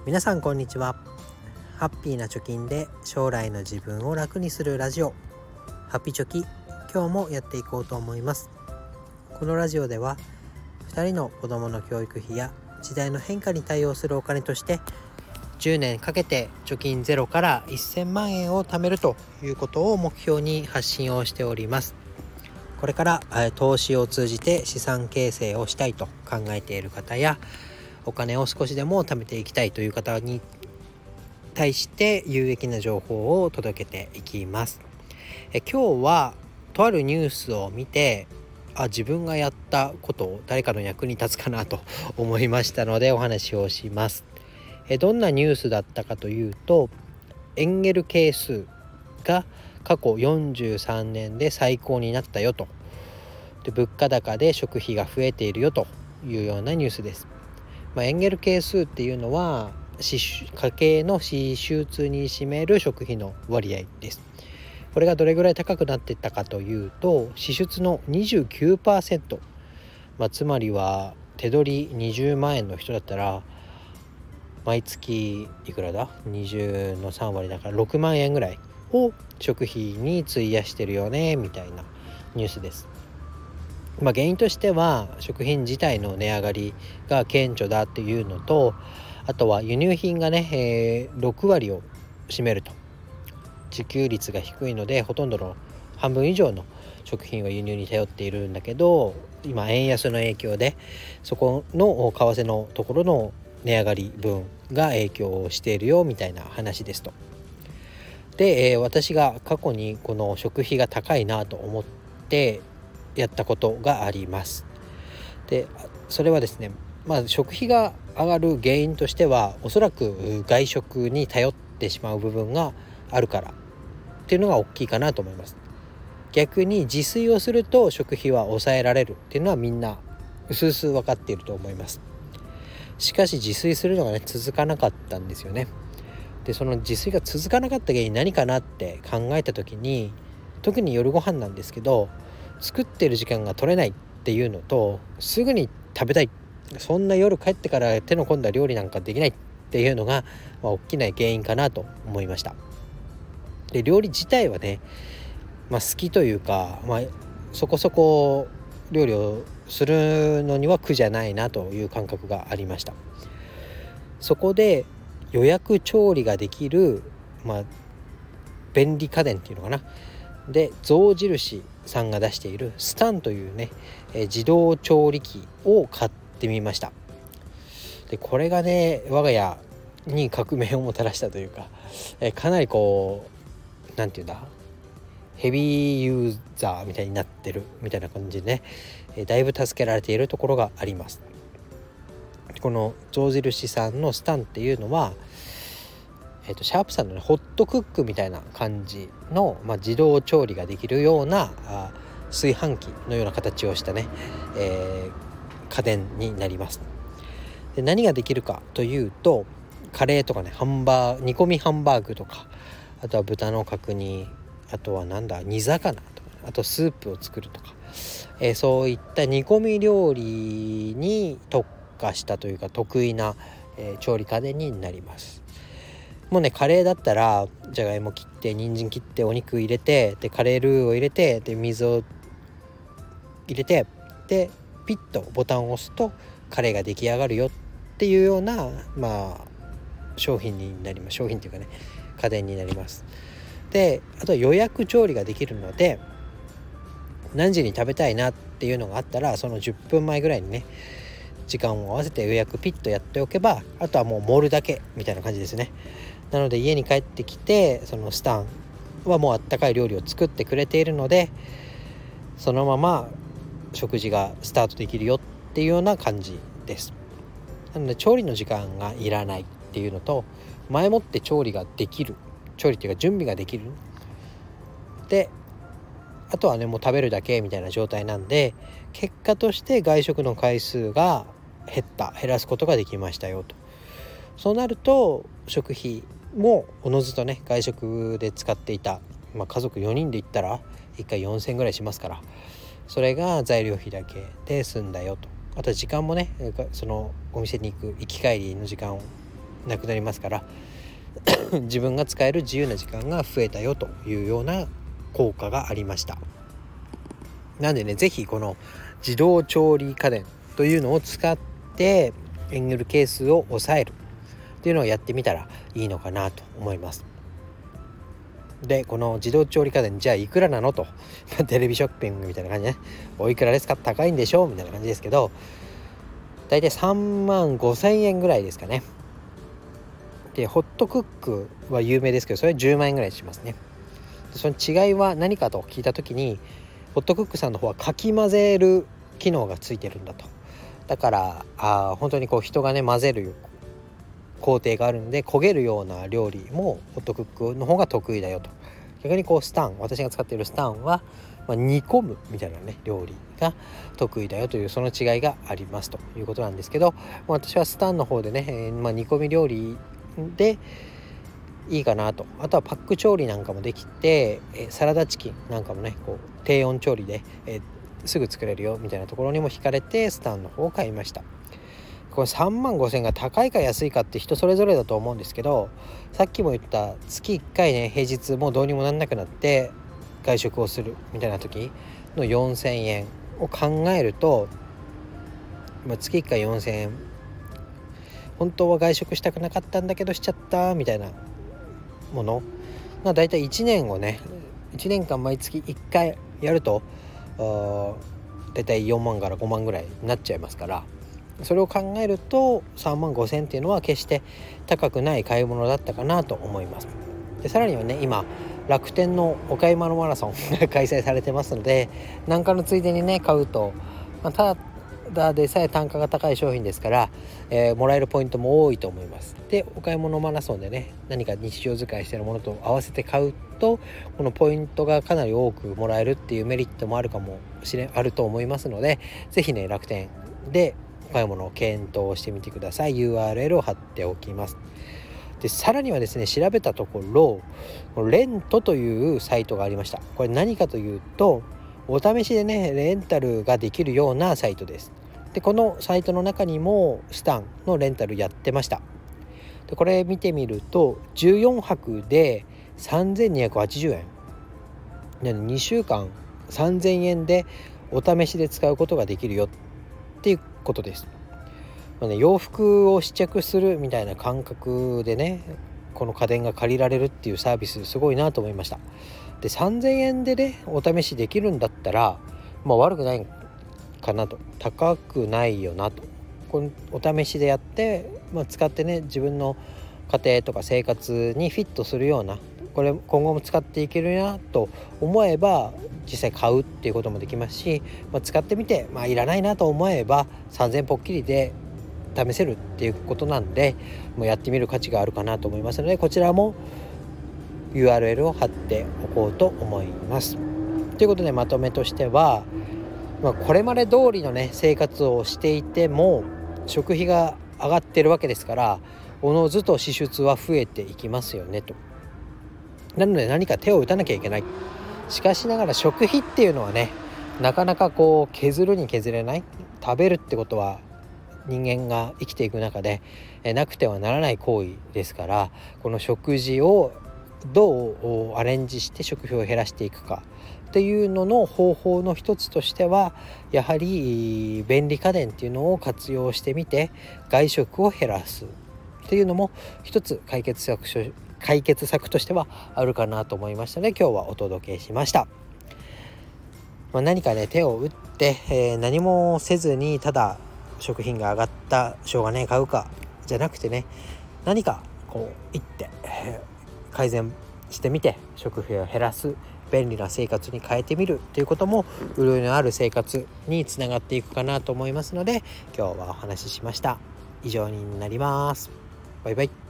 皆さんこんにちは。ハッピーな貯金で将来の自分を楽にするラジオ、ハッピチョキ、今日もやっていこうと思います。このラジオでは2人の子どもの教育費や時代の変化に対応するお金として10年かけて貯金ゼロから1000万円を貯めるということを目標に発信をしております。これから投資を通じて資産形成をしたいと考えている方や、お金を少しでも貯めていきたいという方に対して有益な情報を届けていきます。今日はとあるニュースを見て、自分がやったことを誰かの役に立つかなと思いましたのでお話をします。どんなニュースだったかというと、エンゲル係数が過去43年で最高になったよと。で、物価高で食費が増えているよというようなニュースです。エンゲル係数っていうのは家計の支出に占める食費の割合です。これがどれぐらい高くなっていったかというと、支出の 29%、つまりは手取り20万円の人だったら毎月いくらだ、20の3割だから6万円ぐらいを食費に費やしてるよねみたいなニュースです。原因としては食品自体の値上がりが顕著だっていうのと、あとは輸入品がね、6割を占めると。自給率が低いのでほとんどの半分以上の食品は輸入に頼っているんだけど、今円安の影響でそこの為替のところの値上がり分が影響しているよみたいな話ですと。で、私が過去にこの食費が高いなと思ってやったことがあります。で、それはですね、食費が上がる原因としてはおそらく外食に頼ってしまう部分があるからっていうのが大きいかなと思います。逆に自炊をすると食費は抑えられるっていうのはみんな薄々分かっていると思います。しかし自炊するのがね続かなかったんですよね。で、その自炊が続かなかった原因何かなって考えた時に、特に夜ご飯なんですけど、作ってる時間が取れないっていうのと、すぐに食べたい、そんな夜帰ってから手の込んだ料理なんかできないっていうのが、大きな原因かなと思いました。で、料理自体はね、好きというか、そこそこ料理をするのには苦じゃないなという感覚がありました。そこで予約調理ができる、便利家電っていうのかな、で象印さんが出しているスタンというね、自動調理器を買ってみました。で、これがね我が家に革命をもたらしたというか、かなりなんていうんだ、ヘビーユーザーみたいになってるみたいな感じでね、だいぶ助けられているところがあります。この象印さんのスタンっていうのは、シャープさんの、ホットクックみたいな感じの、自動調理ができるような炊飯器のような形をしたね、家電になります。で、何ができるかというと、カレーとかね、煮込みハンバーグとか、あとは豚の角煮、あとは煮魚とか、あとスープを作るとか、そういった煮込み料理に特化したというか得意な、調理家電になります。もうね、カレーだったらじゃがいも切って人参切ってお肉入れて、でカレールーを入れて、で水を入れて、でピッとボタンを押すとカレーが出来上がるよっていうような商品っていうかね、家電になります。で、あとは予約調理ができるので、何時に食べたいなっていうのがあったら、その10分前ぐらいにね時間を合わせて予約ピッとやっておけば、あとはもう盛るだけみたいな感じですね。なので家に帰ってきて、そのスタンはもうあったかい料理を作ってくれているので、そのまま食事がスタートできるよっていうような感じです。なので調理の時間がいらないっていうのと、前もって調理っていうか準備ができる。で、あとはねもう食べるだけみたいな状態なんで、結果として外食の回数が減らすことができましたよと。そうなると食費もおのずとね、外食で使っていた、家族4人で行ったら1回4000円ぐらいしますから、それが材料費だけで済んだよと。あと時間もね、そのお店に行く行き帰りの時間なくなりますから自分が使える自由な時間が増えたよというような効果がありました。なんでね、ぜひこの自動調理家電というのを使ってエンゲル係数を抑えるっていうのをやってみたらいいのかなと思います。でこの自動調理家電じゃあいくらなのとテレビショッピングみたいな感じね、おいくらですか、高いんでしょうみたいな感じですけど、だいたい3万5千円ぐらいですかね。でホットクックは有名ですけど、それ10万円ぐらいしますね。でその違いは何かと聞いた時に、ホットクックさんの方はかき混ぜる機能がついてるんだと。だから本当にこう人がね混ぜる工程があるんで、焦げるような料理もホットクックの方が得意だよと。逆にこうスタン、私が使っているスタンは、煮込むみたいなね料理が得意だよという、その違いがありますということなんですけど、私はスタンの方でね、煮込み料理でいいかなと。あとはパック調理なんかもできて、サラダチキンなんかもねこう低温調理で、すぐ作れるよみたいなところにも惹かれてスタンの方を買いました。これ3万5千円が高いか安いかって人それぞれだと思うんですけど、さっきも言った月1回ね平日もうどうにもなんなくなって外食をするみたいな時の4000円を考えると、月1回4000円、本当は外食したくなかったんだけどしちゃったみたいなものがだいたい1年をね、1年間毎月1回やるとだいたい4万から5万ぐらいになっちゃいますから、それを考えると3万5千っていうのは決して高くない買い物だったかなと思います。でさらにはね、今楽天のお買い物マラソンが開催されてますので、何かのついでにね買うと、ただでさえ単価が高い商品ですから、もらえるポイントも多いと思います。でお買い物マラソンでね、何か日常使いしているものと合わせて買うと、このポイントがかなり多くもらえるっていうメリットもあると思いますので、ぜひね楽天でお買い物を検討してみてください。 URL を貼っておきます。でさらにはですね、調べたところレントというサイトがありました。これ何かというと、お試しでねレンタルができるようなサイトです。でこのサイトの中にもスタンのレンタルやってました。でこれ見てみると14泊で3280円で2週間3000円でお試しで使うことができるよっていうことです。洋服を試着するみたいな感覚でね、この家電が借りられるっていうサービスすごいなと思いました。で3000円でねお試しできるんだったら、悪くないかなと、高くないよなと。このお試しでやって、使ってね自分の家庭とか生活にフィットするような、これ今後も使っていけるなと思えば実際買うっていうこともできますし、使ってみて、いらないなと思えば3000円ぽっきりで試せるっていうことなんで、もうやってみる価値があるかなと思いますので、こちらも URL を貼っておこうと思います。ということでまとめとしては、これまで通りのね生活をしていても食費が上がってるわけですから、おのずと支出は増えていきますよねと。なので何か手を打たなきゃいけない。しかしながら食費っていうのはね、なかなかこう削るに削れない。食べるってことは人間が生きていく中でなくてはならない行為ですから、この食事をどうアレンジして食費を減らしていくかっていうのの方法の一つとしては、やはり便利家電っていうのを活用してみて外食を減らすっていうのも一つ解決策としてはあるかなと思いましたので、今日はお届けしました。何かね手を打って、何もせずにただ食品が上がったしょうがねえ買うかじゃなくてね、何かこう言って、改善してみて食費を減らす便利な生活に変えてみるということも潤いのある生活につながっていくかなと思いますので、今日はお話ししました。以上になります。バイバイ。